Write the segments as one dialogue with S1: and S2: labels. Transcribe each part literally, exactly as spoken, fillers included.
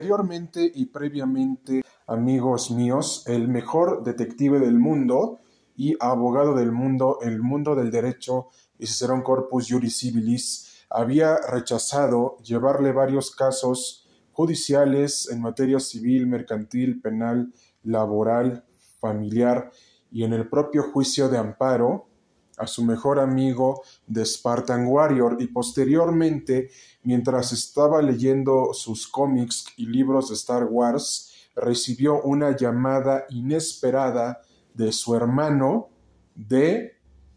S1: Anteriormente y previamente, amigos míos, el mejor detective del mundo y abogado del mundo, el mundo del derecho y Cicerón Corpus Juris Civilis, había rechazado llevarle varios casos judiciales en materia civil, mercantil, penal, laboral, familiar y en el propio juicio de amparo a su mejor amigo de Spartan Warrior, y posteriormente, mientras estaba leyendo sus cómics y libros de Star Wars, recibió una llamada inesperada de su hermano de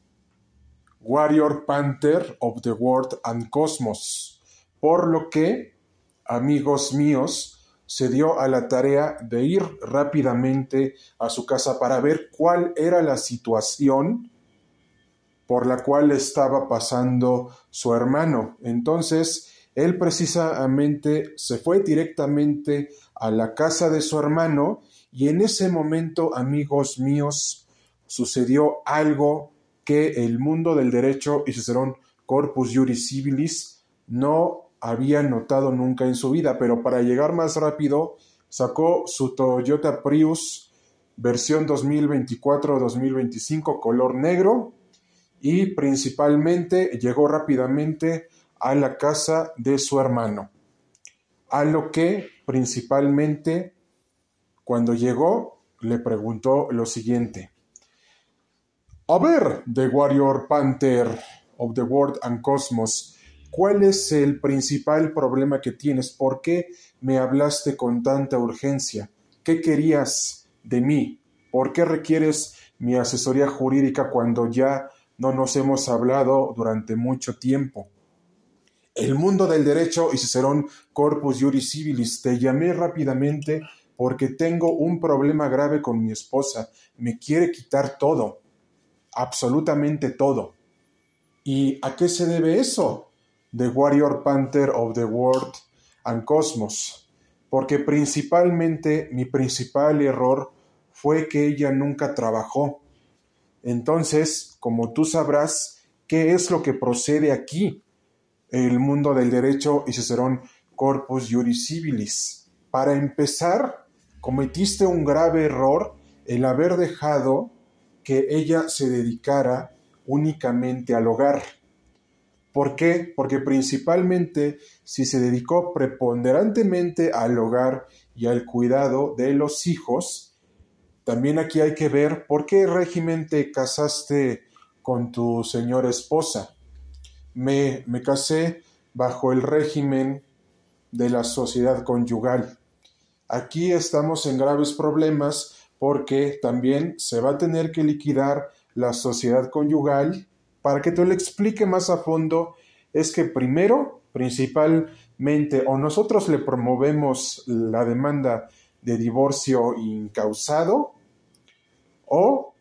S1: Warrior Panther of the World and Cosmos, por lo que, amigos míos, se dio a la tarea de ir rápidamente a su casa para ver cuál era la situación por la cual estaba pasando su hermano. Entonces, él precisamente se fue directamente a la casa de su hermano y en ese momento, amigos míos, sucedió algo que el mundo del derecho y Cicerón Corpus Juris Civilis no había notado nunca en su vida, pero para llegar más rápido sacó su Toyota Prius versión dos mil veinticuatro dos mil veinticinco color negro y principalmente llegó rápidamente a la casa de su hermano, a lo que principalmente cuando llegó le preguntó lo siguiente: a ver, The Warrior Panther of the World and Cosmos, ¿cuál es el principal problema que tienes? ¿Por qué me hablaste con tanta urgencia? ¿Qué querías de mí? ¿Por qué requieres mi asesoría jurídica cuando ya no nos hemos hablado durante mucho tiempo? El mundo del derecho y Cicerón Corpus Juris Civilis, te llamé rápidamente porque tengo un problema grave con mi esposa. Me quiere quitar todo, absolutamente todo. ¿Y a qué se debe eso? The Warrior Panther of the World and Cosmos. Porque principalmente mi principal error fue que ella nunca trabajó. Entonces, como tú sabrás, ¿qué es lo que procede aquí? El mundo del derecho y Cicerón Corpus Juris Civilis. Para empezar, cometiste un grave error el haber dejado que ella se dedicara únicamente al hogar. ¿Por qué? Porque principalmente si se dedicó preponderantemente al hogar y al cuidado de los hijos, también aquí hay que ver por qué régimen te casaste con tu señora esposa. Me, me casé bajo el régimen de la sociedad conyugal. Aquí estamos en graves problemas porque también se va a tener que liquidar la sociedad conyugal. Para que te lo explique más a fondo, es que primero, principalmente, o nosotros le promovemos la demanda de divorcio incausado, o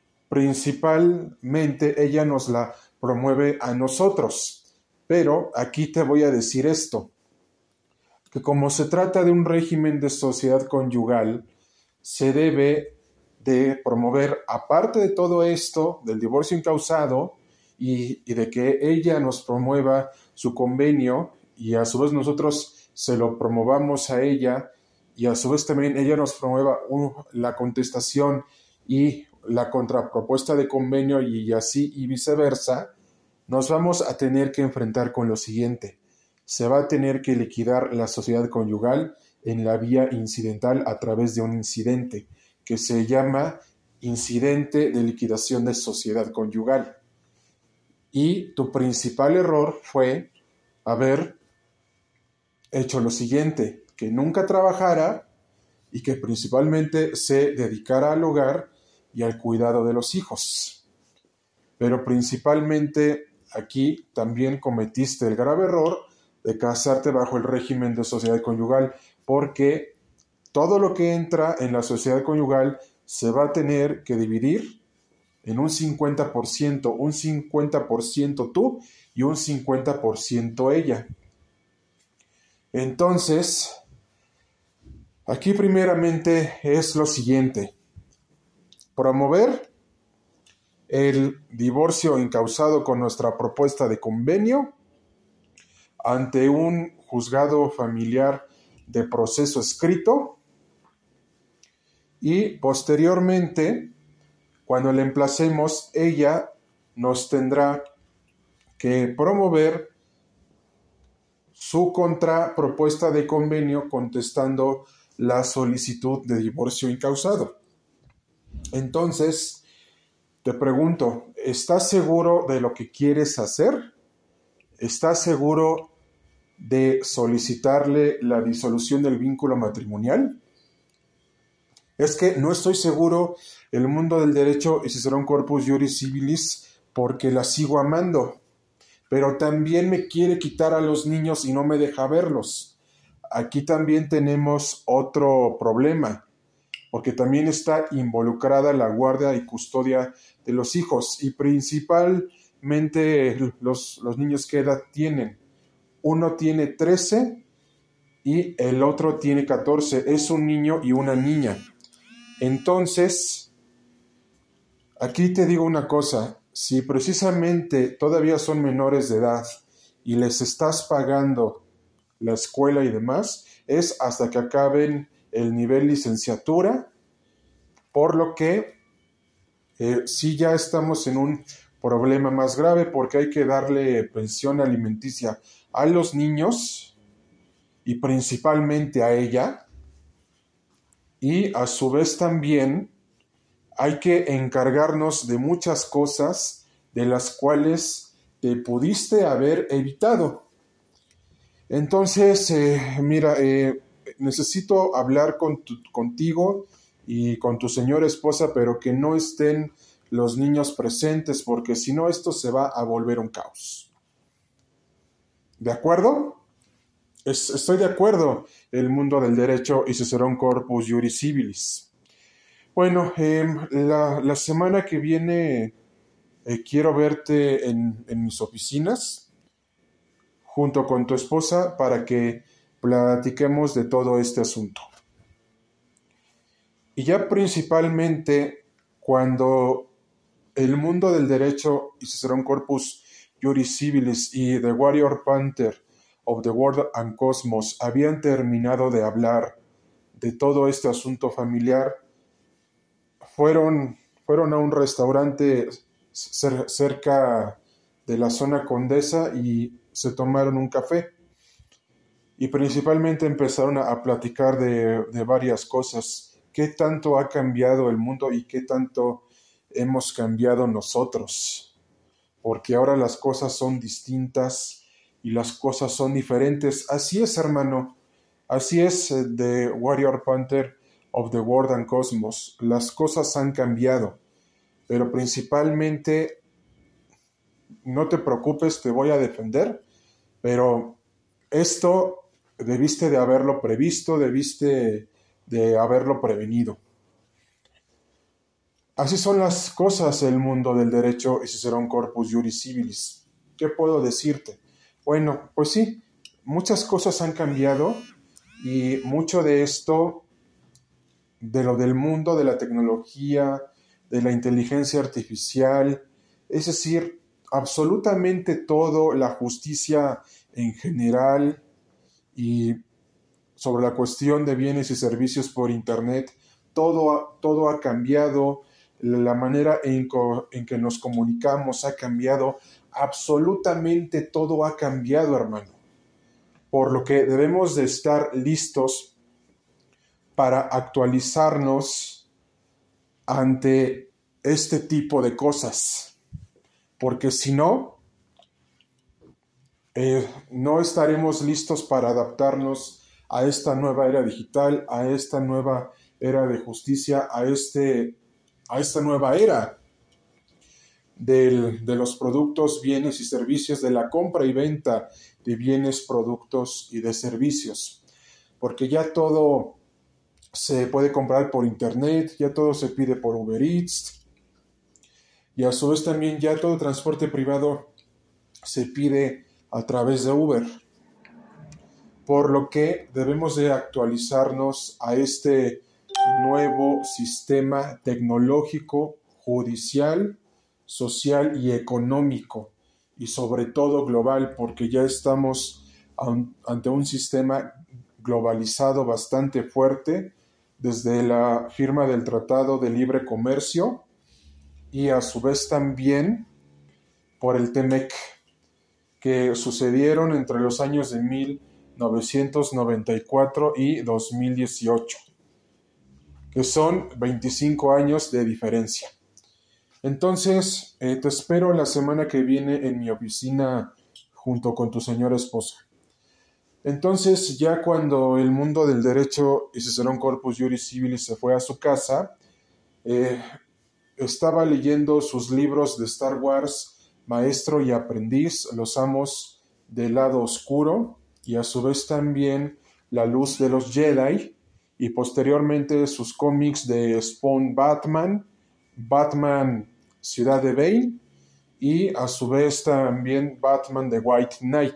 S1: principalmente ella nos la promueve a nosotros. Pero aquí te voy a decir esto, que como se trata de un régimen de sociedad conyugal, se debe de promover, aparte de todo esto, del divorcio incausado, y, y de que ella nos promueva su convenio, y a su vez nosotros se lo promovamos a ella, y a su vez también ella nos promueva uh, la contestación y la contrapropuesta de convenio, y así y viceversa, nos vamos a tener que enfrentar con lo siguiente. Se va a tener que liquidar la sociedad conyugal en la vía incidental a través de un incidente que se llama incidente de liquidación de sociedad conyugal. Y tu principal error fue haber hecho lo siguiente, que nunca trabajara y que principalmente se dedicara al hogar y al cuidado de los hijos. Pero principalmente aquí también cometiste el grave error de casarte bajo el régimen de sociedad conyugal, porque todo lo que entra en la sociedad conyugal se va a tener que dividir en un cincuenta por ciento, un cincuenta por ciento tú y un cincuenta por ciento ella. Entonces, aquí primeramente es lo siguiente: promover el divorcio incausado con nuestra propuesta de convenio ante un juzgado familiar de proceso escrito y posteriormente, cuando le emplacemos, ella nos tendrá que promover su contrapropuesta de convenio contestando la solicitud de divorcio incausado. Entonces, te pregunto, ¿estás seguro de lo que quieres hacer? ¿Estás seguro de solicitarle la disolución del vínculo matrimonial? Es que no estoy seguro, el mundo del derecho y Cicerón Corpus Juris Civilis, porque la sigo amando, pero también me quiere quitar a los niños y no me deja verlos. Aquí también tenemos otro problema, porque también está involucrada la guardia y custodia de los hijos, y principalmente los, los niños, ¿qué edad tienen? Uno tiene trece y el otro tiene catorce, es un niño y una niña. Entonces, aquí te digo una cosa, si precisamente todavía son menores de edad y les estás pagando la escuela y demás, es hasta que acaben el nivel licenciatura, por lo que eh, sí ya estamos en un problema más grave porque hay que darle pensión alimenticia a los niños y principalmente a ella, y a su vez también hay que encargarnos de muchas cosas de las cuales te pudiste haber evitado. Entonces, eh, mira, eh, necesito hablar con tu, contigo y con tu señora esposa, pero que no estén los niños presentes, porque si no esto se va a volver un caos. ¿De acuerdo? Es, estoy de acuerdo, el mundo del derecho y Cicerón Corpus Juris Civilis. Bueno, eh, la, la semana que viene eh, quiero verte en, en mis oficinas junto con tu esposa para que platiquemos de todo este asunto. Y ya principalmente cuando el mundo del derecho y Cicerón Corpus Juris Civilis y The Warrior Panther of the World and Cosmos habían terminado de hablar de todo este asunto familiar, fueron, fueron a un restaurante cer- cerca de la zona Condesa y se tomaron un café. Y principalmente empezaron a, a platicar de, de varias cosas. ¿Qué tanto ha cambiado el mundo y qué tanto hemos cambiado nosotros? Porque ahora las cosas son distintas y las cosas son diferentes. Así es, hermano. Así es, eh, The Warrior Panther of the World and Cosmos. Las cosas han cambiado. Pero principalmente, no te preocupes, te voy a defender. Pero esto debiste de haberlo previsto, debiste de haberlo prevenido. Así son las cosas el mundo del derecho y Cicerón Corpus Juris Civilis. ¿Qué puedo decirte? Bueno, pues sí, muchas cosas han cambiado y mucho de esto, de lo del mundo de la tecnología, de la inteligencia artificial, es decir, absolutamente todo, la justicia en general y sobre la cuestión de bienes y servicios por Internet, todo, todo ha cambiado, la manera en, co- en que nos comunicamos ha cambiado, absolutamente todo ha cambiado, hermano. Por lo que debemos de estar listos para actualizarnos ante este tipo de cosas. Porque si no, eh, no estaremos listos para adaptarnos a esta nueva era digital, a esta nueva era de justicia, a, este, a esta nueva era del, de los productos, bienes y servicios, de la compra y venta de bienes, productos y de servicios. Porque ya todo se puede comprar por internet, ya todo se pide por Uber Eats, y a su vez también ya todo transporte privado se pide a través de Uber. Por lo que debemos de actualizarnos a este nuevo sistema tecnológico, judicial, social y económico, y sobre todo global, porque ya estamos ante un sistema globalizado bastante fuerte, desde la firma del Tratado de Libre Comercio y a su vez también por el Temec, que sucedieron entre los años de mil novecientos noventa y cuatro y dos mil dieciocho, que son veinticinco años de diferencia. Entonces, eh, te espero la semana que viene en mi oficina junto con tu señora esposa. Entonces, ya cuando el mundo del derecho y Cicerón Corpus Juris Civilis se fue a su casa, eh, estaba leyendo sus libros de Star Wars, Maestro y Aprendiz, Los Amos del Lado Oscuro, y a su vez también La Luz de los Jedi, y posteriormente sus cómics de Spawn Batman, Batman Ciudad de Bane, y a su vez también Batman The White Knight.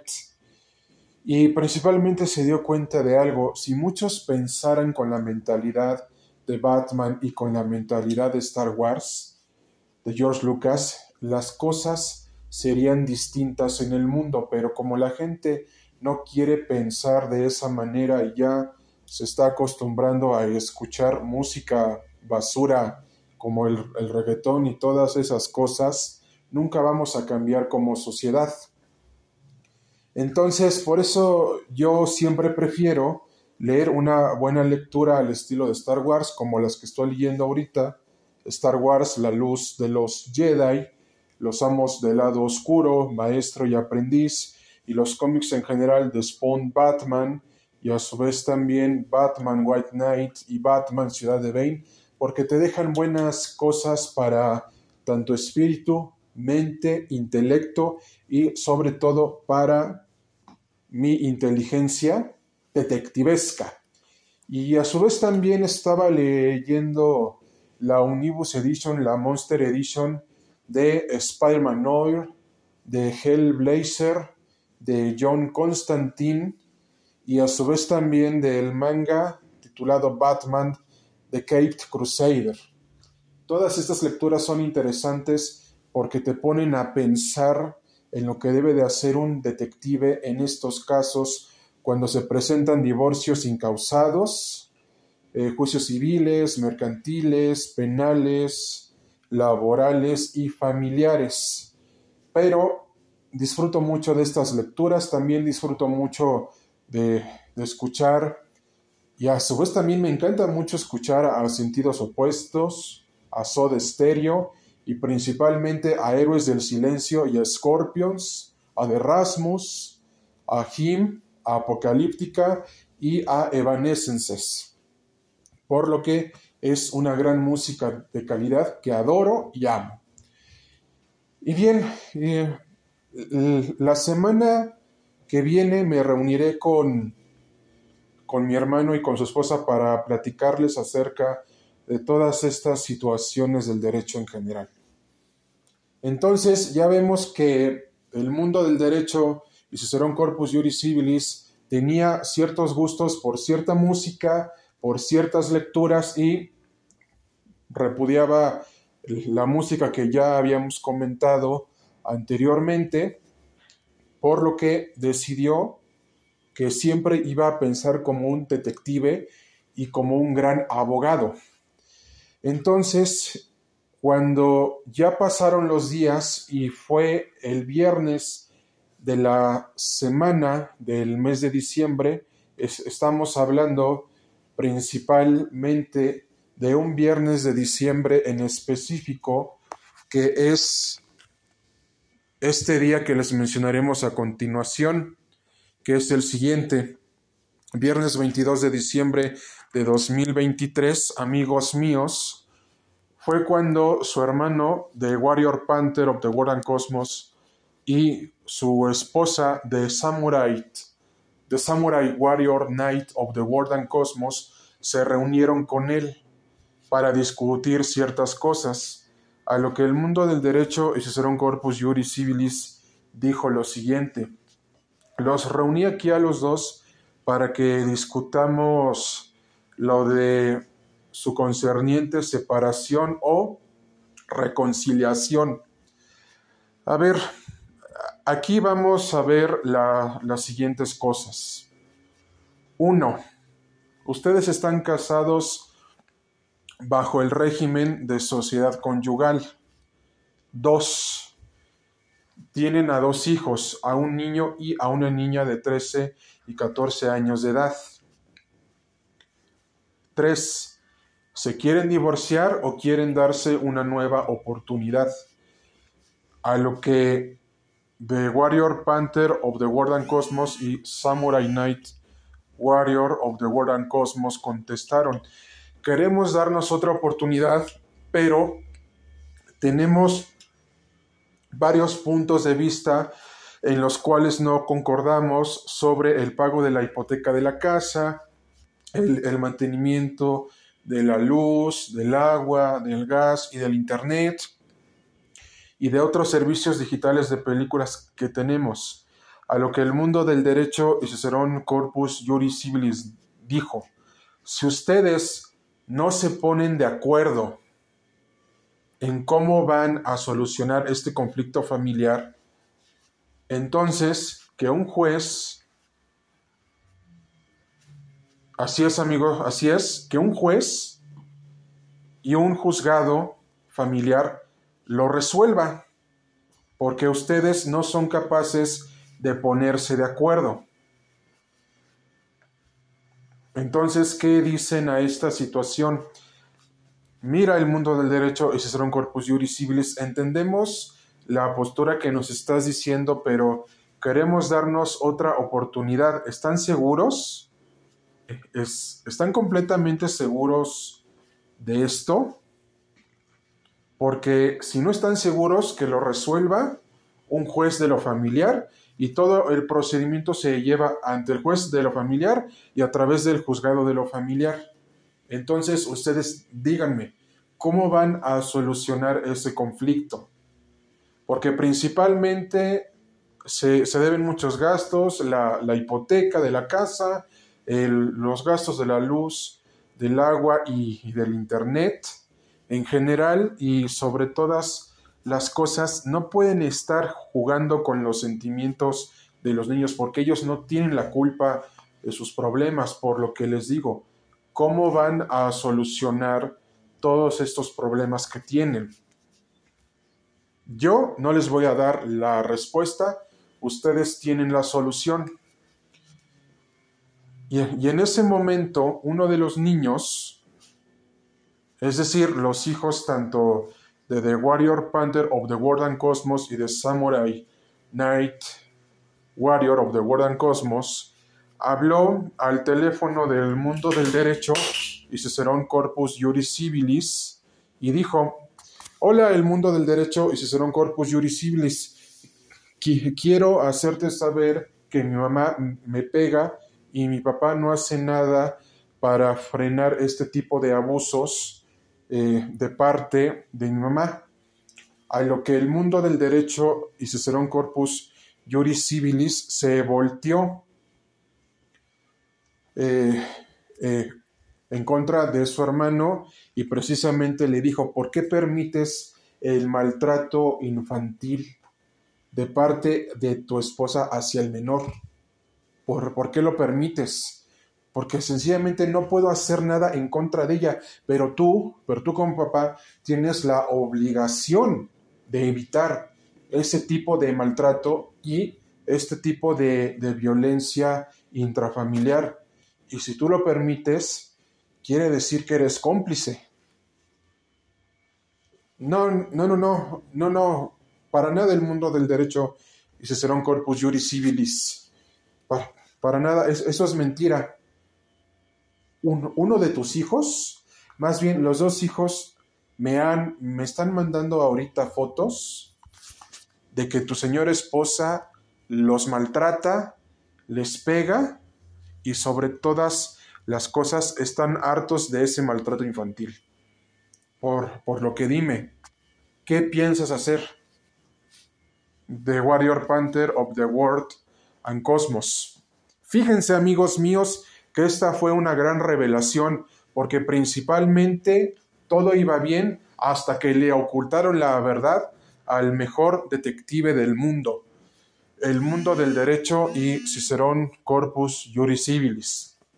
S1: Y principalmente se dio cuenta de algo: si muchos pensaran con la mentalidad de Batman y con la mentalidad de Star Wars, de George Lucas, las cosas serían distintas en el mundo, pero como la gente no quiere pensar de esa manera y ya se está acostumbrando a escuchar música basura como el, el reggaetón y todas esas cosas, nunca vamos a cambiar como sociedad. Entonces, por eso yo siempre prefiero leer una buena lectura al estilo de Star Wars, como las que estoy leyendo ahorita: Star Wars, La Luz de los Jedi, Los Amos del Lado Oscuro, Maestro y Aprendiz, y los cómics en general de Spawn Batman, y a su vez también Batman White Knight y Batman Ciudad de Bane, porque te dejan buenas cosas para tanto espíritu, mente, intelecto y sobre todo para mi inteligencia detectivesca. Y a su vez también estaba leyendo la Omnibus Edition, la Monster Edition de Spider-Man Noir, de Hellblazer, de John Constantine, y a su vez también del manga titulado Batman The Caped Crusader. Todas estas lecturas son interesantes porque te ponen a pensar en lo que debe de hacer un detective en estos casos cuando se presentan divorcios incausados, eh, juicios civiles, mercantiles, penales, laborales y familiares. Pero disfruto mucho de estas lecturas, también disfruto mucho de, de escuchar, y a su vez también me encanta mucho escuchar a Sentidos Opuestos, a Soda Stereo, y principalmente a Héroes del Silencio y a Scorpions, a The Rasmus, a Him, a Apocalíptica y a Evanescences. Por lo que es una gran música de calidad que adoro y amo. Y bien, eh, la semana que viene me reuniré con, con mi hermano y con su esposa para platicarles acerca de todas estas situaciones del derecho en general. Entonces ya vemos que el mundo del derecho y Cicerón Corpus Juris Civilis tenía ciertos gustos por cierta música, por ciertas lecturas, y repudiaba la música que ya habíamos comentado anteriormente, por lo que decidió que siempre iba a pensar como un detective y como un gran abogado. Entonces, cuando ya pasaron los días y fue el viernes de la semana del mes de diciembre, es, estamos hablando principalmente de un viernes de diciembre en específico, que es este día que les mencionaremos a continuación, que es el siguiente, viernes veintidós de diciembre de dos mil veintitrés, amigos míos, fue cuando su hermano, The Warrior Panther of the World and Cosmos, y su esposa, The Samurai, The Samurai Warrior Knight of the World and Cosmos, se reunieron con él para discutir ciertas cosas, a lo que el mundo del derecho y Cicerón Corpus Juris Civilis dijo lo siguiente: los reuní aquí a los dos para que discutamos lo de su concerniente separación o reconciliación. A ver, aquí vamos a ver la, las siguientes cosas. Uno, ustedes están casados bajo el régimen de sociedad conyugal. Dos, tienen a dos hijos, a un niño y a una niña de trece y catorce años de edad. Tres, ¿se quieren divorciar o quieren darse una nueva oportunidad? A lo que The Warrior Panther of the World and Cosmos y Samurai Knight Warrior of the World and Cosmos contestaron: queremos darnos otra oportunidad, pero tenemos varios puntos de vista en los cuales no concordamos sobre el pago de la hipoteca de la casa, el, el mantenimiento de la luz, del agua, del gas y del internet y de otros servicios digitales de películas que tenemos. A lo que el mundo del derecho y Cicerón Corpus Juris Civilis dijo: si ustedes no se ponen de acuerdo en cómo van a solucionar este conflicto familiar, entonces que un juez, así es amigos, así es, que un juez y un juzgado familiar lo resuelva, porque ustedes no son capaces de ponerse de acuerdo. Entonces, ¿qué dicen a esta situación? Mira, el mundo del derecho y Cicerón Corpus Juris Civilis, entendemos la postura que nos estás diciendo, pero queremos darnos otra oportunidad. ¿Están seguros? ¿Es, ¿Están completamente seguros de esto? Porque si no están seguros, que lo resuelva un juez de lo familiar y todo el procedimiento se lleva ante el juez de lo familiar y a través del juzgado de lo familiar. Entonces, ustedes díganme, ¿cómo van a solucionar ese conflicto? Porque principalmente se, se deben muchos gastos, la, la hipoteca de la casa, el, los gastos de la luz, del agua y, y del internet en general, y sobre todas las cosas no pueden estar jugando con los sentimientos de los niños porque ellos no tienen la culpa de sus problemas. Por lo que les digo, ¿cómo van a solucionar todos estos problemas que tienen? Yo no les voy a dar la respuesta, ustedes tienen la solución. Y, y en ese momento, uno de los niños, es decir, los hijos tanto de The Warrior Panther of the World and Cosmos y de Samurai Knight Warrior of the World and Cosmos, habló al teléfono del mundo del derecho y Cicerón Corpus Juris Civilis y dijo: hola, el mundo del derecho y Cicerón Corpus Juris Civilis, quiero hacerte saber que mi mamá me pega y mi papá no hace nada para frenar este tipo de abusos eh, de parte de mi mamá. A lo que el mundo del derecho y Cicerón Corpus Juris Civilis se volteó eh, eh, en contra de su hermano y precisamente le dijo: ¿por qué permites el maltrato infantil de parte de tu esposa hacia el menor? ¿Por, ¿por qué lo permites? Porque sencillamente no puedo hacer nada en contra de ella, pero tú, pero tú como papá tienes la obligación de evitar ese tipo de maltrato y este tipo de, de violencia intrafamiliar. Y si tú lo permites, quiere decir que eres cómplice. No, no, no, no, no, no, para nada el mundo del derecho y Cicerón Corpus Juris Civilis. Para, para nada, es, eso es mentira. Un, uno de tus hijos, más bien los dos hijos, me, han, me están mandando ahorita fotos de que tu señora esposa los maltrata, les pega y sobre todas las cosas están hartos de ese maltrato infantil. Por, por lo que dime, ¿qué piensas hacer? The Warrior Panther of the World and Cosmos. Fíjense, amigos míos, que esta fue una gran revelación, porque principalmente todo iba bien hasta que le ocultaron la verdad al mejor detective del mundo, el mundo del derecho y Cicerón Corpus Juris Civilis.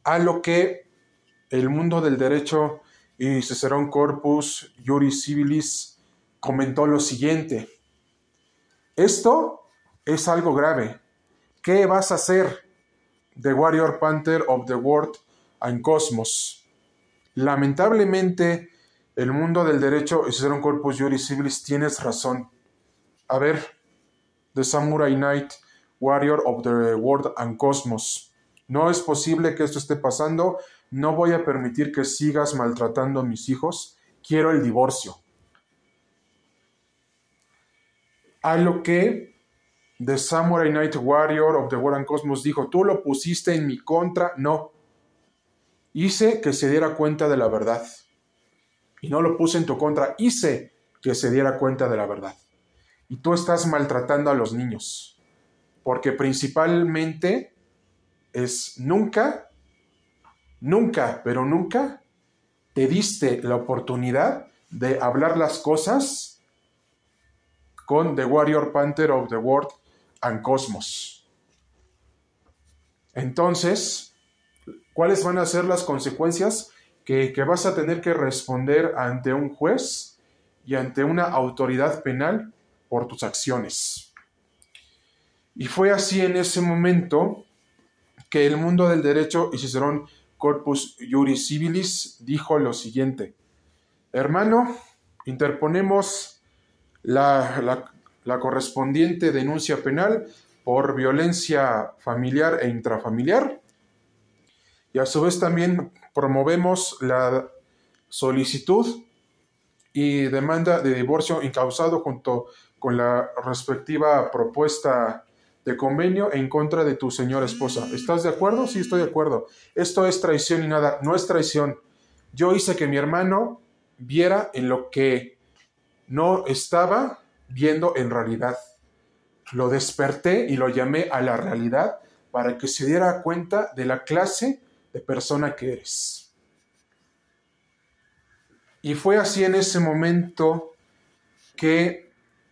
S1: A lo que el mundo del derecho y Cicerón Corpus Juris Civilis comentó lo siguiente: esto es algo grave. ¿Qué vas a hacer, The Warrior Panther of the World and Cosmos? Lamentablemente, el mundo del derecho y Cicerón Corpus Juris Civilis, tienes razón. A ver, The Samurai Knight, Warrior of the World and Cosmos. No es posible que esto esté pasando. No voy a permitir que sigas maltratando a mis hijos. Quiero el divorcio. A lo que The Samurai Knight, Warrior of the World and Cosmos dijo: tú lo pusiste en mi contra. No. Hice que se diera cuenta de la verdad. Y no lo puse en tu contra. Hice que se diera cuenta de la verdad. Y tú estás maltratando a los niños. Porque principalmente es nunca, nunca, pero nunca te diste la oportunidad de hablar las cosas con The Warrior Panther of the World and Cosmos. Entonces, ¿cuáles van a ser las consecuencias? Que, que vas a tener que responder ante un juez y ante una autoridad penal por tus acciones. Y fue así en ese momento que el mundo del derecho y Cicerón Corpus Juris Civilis dijo lo siguiente: hermano, interponemos la, la, la correspondiente denuncia penal por violencia familiar e intrafamiliar, y a su vez también promovemos la solicitud y demanda de divorcio incausado junto con la respectiva propuesta de convenio en contra de tu señora esposa. ¿Estás de acuerdo? Sí, estoy de acuerdo. Esto es traición y nada. No es traición. Yo hice que mi hermano viera en lo que no estaba viendo en realidad. Lo desperté y lo llamé a la realidad para que se diera cuenta de la clase de persona que eres. Y fue así en ese momento que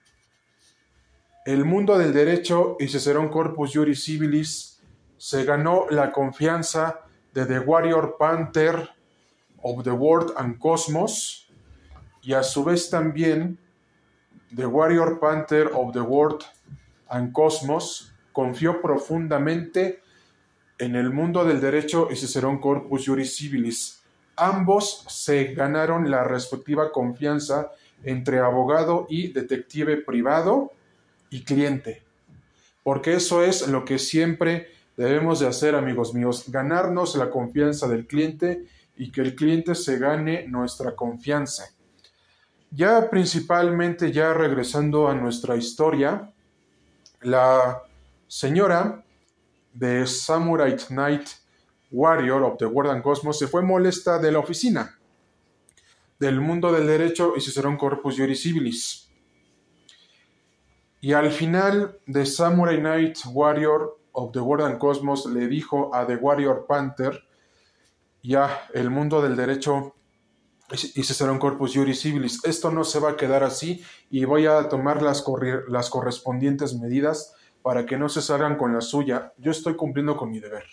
S1: el mundo del derecho y Cicerón Corpus Juris Civilis se ganó la confianza de The Warrior Panther of the World and Cosmos, y a su vez también The Warrior Panther of the World and Cosmos confió profundamente en el mundo del derecho y Cicerón Corpus Juris Civilis. Ambos se ganaron la respectiva confianza entre abogado y detective privado y cliente. Porque eso es lo que siempre debemos de hacer, amigos míos: ganarnos la confianza del cliente y que el cliente se gane nuestra confianza. Ya principalmente, ya regresando a nuestra historia, la señora de Samurai Knight, Warrior of the World and Cosmos, se fue molesta de la oficina del mundo del derecho y Cicerón Corpus Juris Civilis. Y al final, The Samurai Knight, Warrior of the World and Cosmos le dijo a The Warrior Panther: ya, el mundo del derecho y Cicerón Corpus Juris Civilis, esto no se va a quedar así, y voy a tomar las, corri- las correspondientes medidas para que no se salgan con la suya. Yo estoy cumpliendo con mi deber.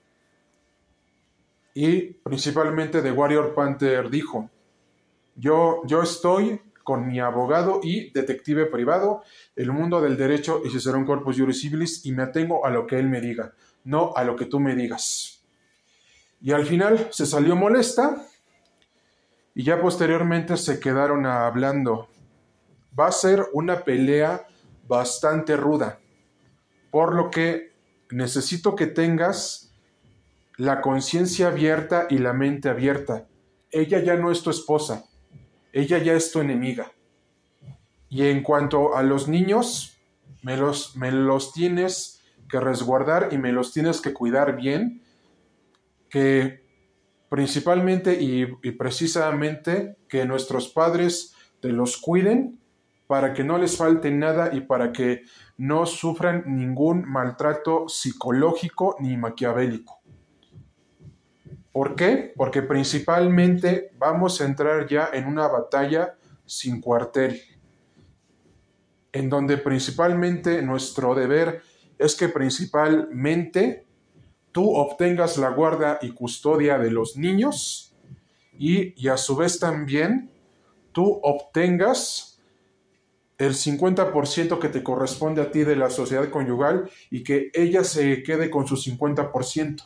S1: Y principalmente The Warrior Panther dijo: yo, yo estoy con mi abogado y detective privado, el mundo del derecho y Cicerón Corpus Juris Civilis, y me atengo a lo que él me diga, no a lo que tú me digas. Y al final se salió molesta y ya posteriormente se quedaron hablando. Va a ser una pelea bastante ruda, por lo que necesito que tengas la conciencia abierta y la mente abierta. Ella ya no es tu esposa, ella ya es tu enemiga. Y en cuanto a los niños, me los, me los tienes que resguardar y me los tienes que cuidar bien, que principalmente y, y precisamente que nuestros padres te los cuiden para que no les falte nada y para que no sufran ningún maltrato psicológico ni maquiavélico. ¿Por qué? Porque principalmente vamos a entrar ya en una batalla sin cuartel, en donde principalmente nuestro deber es que principalmente tú obtengas la guarda y custodia de los niños y, y a su vez también tú obtengas el cincuenta por ciento que te corresponde a ti de la sociedad conyugal y que ella se quede con su cincuenta por ciento.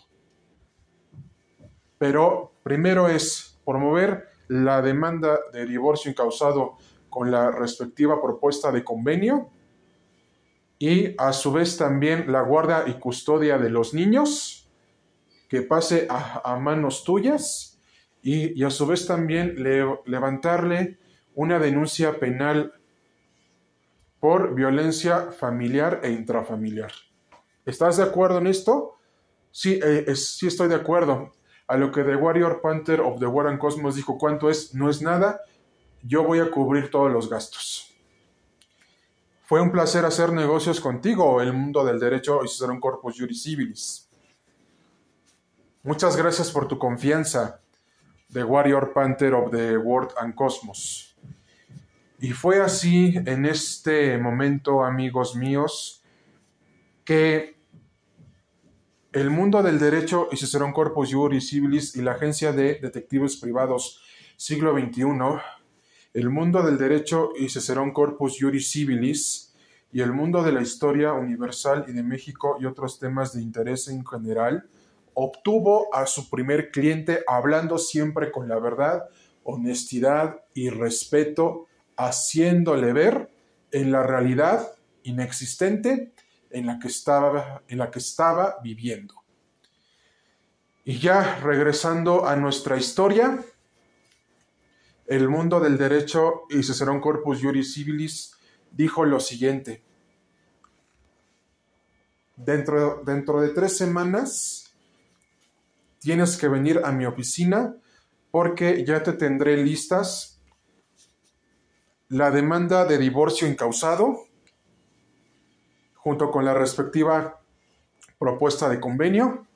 S1: Pero primero es promover la demanda de divorcio incausado con la respectiva propuesta de convenio y a su vez también la guarda y custodia de los niños que pase a, a manos tuyas y, y a su vez también le, levantarle una denuncia penal por violencia familiar e intrafamiliar. ¿Estás de acuerdo en esto? Sí, eh, es, sí estoy de acuerdo. A lo que The Warrior Panther of the War and Cosmos dijo, ¿cuánto es? No es nada, yo voy a cubrir todos los gastos. Fue un placer hacer negocios contigo, el mundo del derecho y Cicerón Corpus Juris Civilis. Muchas gracias por tu confianza, The Warrior Panther of the World and Cosmos. Y fue así en este momento, amigos míos, que el mundo del derecho y Cicerón Corpus Juris Civilis y la agencia de detectives privados siglo veintiuno, el mundo del derecho y Cicerón Corpus Juris Civilis y el mundo de la historia universal y de México y otros temas de interés en general, obtuvo a su primer cliente hablando siempre con la verdad, honestidad y respeto, haciéndole ver en la realidad inexistente en la que estaba, en la que estaba viviendo. Y ya regresando a nuestra historia, el mundo del derecho y Cicerón Corpus Juris Civilis dijo lo siguiente: dentro, dentro de tres semanas tienes que venir a mi oficina porque ya te tendré listas la demanda de divorcio incausado junto con la respectiva propuesta de convenio,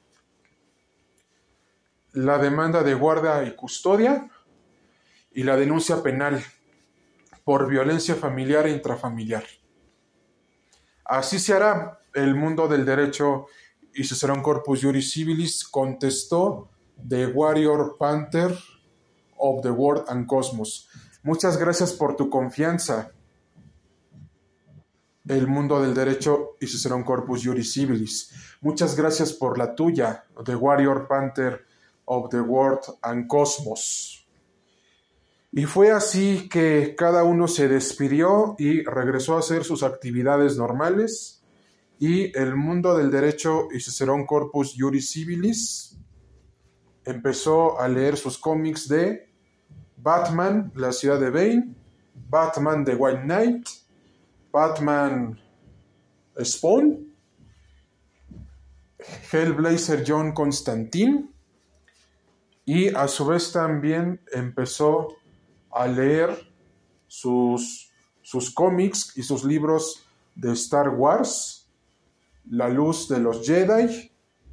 S1: la demanda de guarda y custodia y la denuncia penal por violencia familiar e intrafamiliar. Así se hará. El mundo del derecho y Cicerón Corpus Juris Civilis contestó The Warrior Panther of the World and Cosmos. Muchas gracias por tu confianza, el mundo del derecho y Cicerón Corpus Juris Civilis. Muchas gracias por la tuya, The Warrior Panther of the World and Cosmos. Y fue así que cada uno se despidió y regresó a hacer sus actividades normales, y el mundo del derecho y Cicerón Corpus Juris Civilis empezó a leer sus cómics de Batman, la ciudad de Bane, Batman The White Knight, Batman Spawn, Hellblazer John Constantine, y a su vez también empezó a leer sus, sus cómics y sus libros de Star Wars, La Luz de los Jedi,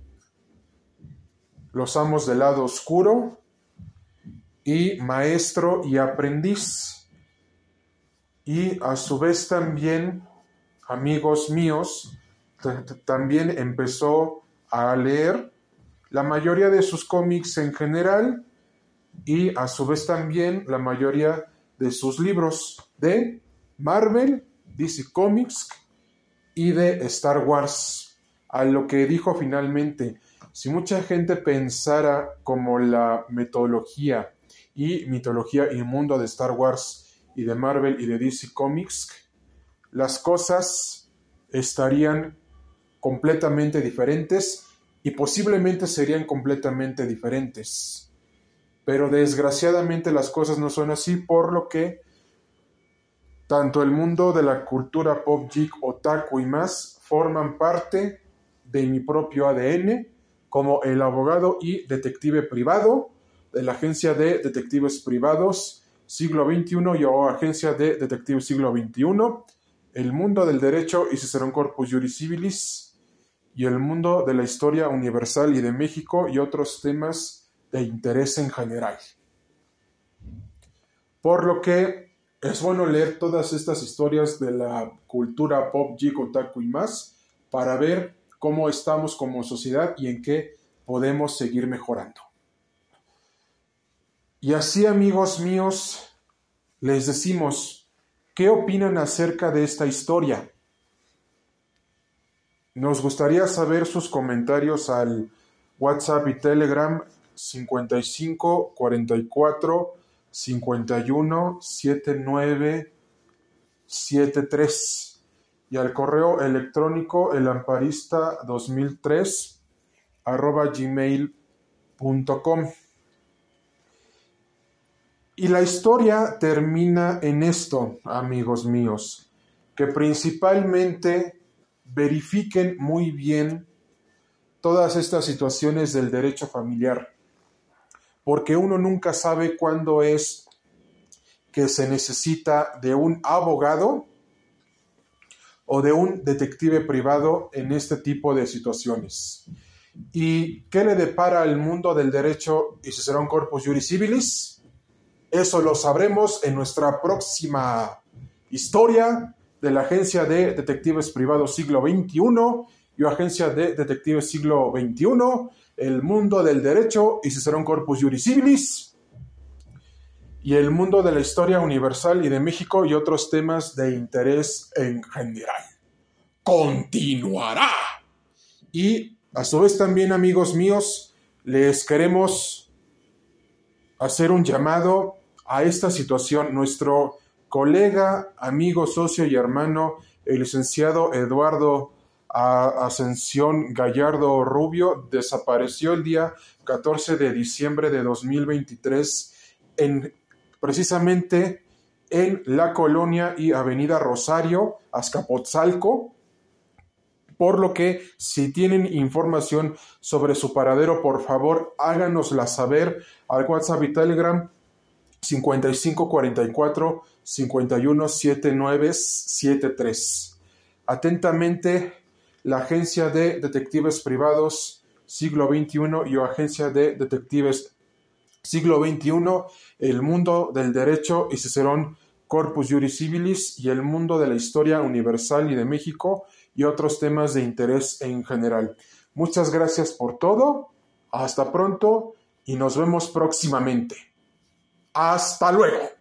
S1: Los Amos del Lado Oscuro y Maestro y Aprendiz. Y a su vez también, amigos míos, también empezó a leer la mayoría de sus cómics en general y a su vez también la mayoría de sus libros de Marvel, D C Comics y de Star Wars. A lo que dijo finalmente: si mucha gente pensara como la metodología y mitología y mundo de Star Wars y de Marvel y de D C Comics, las cosas estarían completamente diferentes y posiblemente serían completamente diferentes. Pero desgraciadamente las cosas no son así, por lo que tanto el mundo de la cultura pop, geek, otaku y más forman parte de mi propio A D N como el abogado y detective privado de la Agencia de Detectives Privados Siglo veintiuno y o Agencia de Detectives Siglo veintiuno, el mundo del derecho y Cicerón Corpus Juris Civilis y el mundo de la historia universal y de México y otros temas de interés en general. Por lo que es bueno leer todas estas historias de la cultura pop, geek, otaku y más para ver cómo estamos como sociedad y en qué podemos seguir mejorando. Y así, amigos míos, les decimos, ¿qué opinan acerca de esta historia? Nos gustaría saber sus comentarios al WhatsApp y Telegram cincuenta y cinco cuarenta y cuatro cincuenta y uno setenta y nueve setenta y tres y al correo electrónico elamparista dos mil tres arroba gmail punto com. Y la historia termina en esto, amigos míos, que principalmente verifiquen muy bien todas estas situaciones del derecho familiar, porque uno nunca sabe cuándo es que se necesita de un abogado o de un detective privado en este tipo de situaciones. ¿Y qué le depara al mundo del derecho y si será un corpus juris civilis? Eso lo sabremos en nuestra próxima historia de la Agencia de Detectives Privados Siglo veintiuno y Agencia de Detectives Siglo veintiuno, el mundo del derecho y si será un corpus juris civilis, y el mundo de la historia universal y de México y otros temas de interés en general. Continuará. Y a su vez también, amigos míos, les queremos hacer un llamado a esta situación. Nuestro colega, amigo, socio y hermano, el licenciado Eduardo Ascensión Gallardo Rubio, desapareció el día catorce de diciembre de dos mil veintitrés en, precisamente en la colonia y avenida Rosario, Azcapotzalco, por lo que si tienen información sobre su paradero, por favor háganosla saber al WhatsApp y Telegram cincuenta y cinco cuarenta y cuatro cincuenta y uno setenta y nueve setenta y tres. Atentamente, la Agencia de Detectives Privados Siglo veintiuno y Agencia de Detectives Siglo veintiuno, el mundo del derecho y Cicerón Corpus Juris Civilis y el mundo de la historia universal y de México y otros temas de interés en general. Muchas gracias por todo, hasta pronto y nos vemos próximamente. ¡Hasta luego!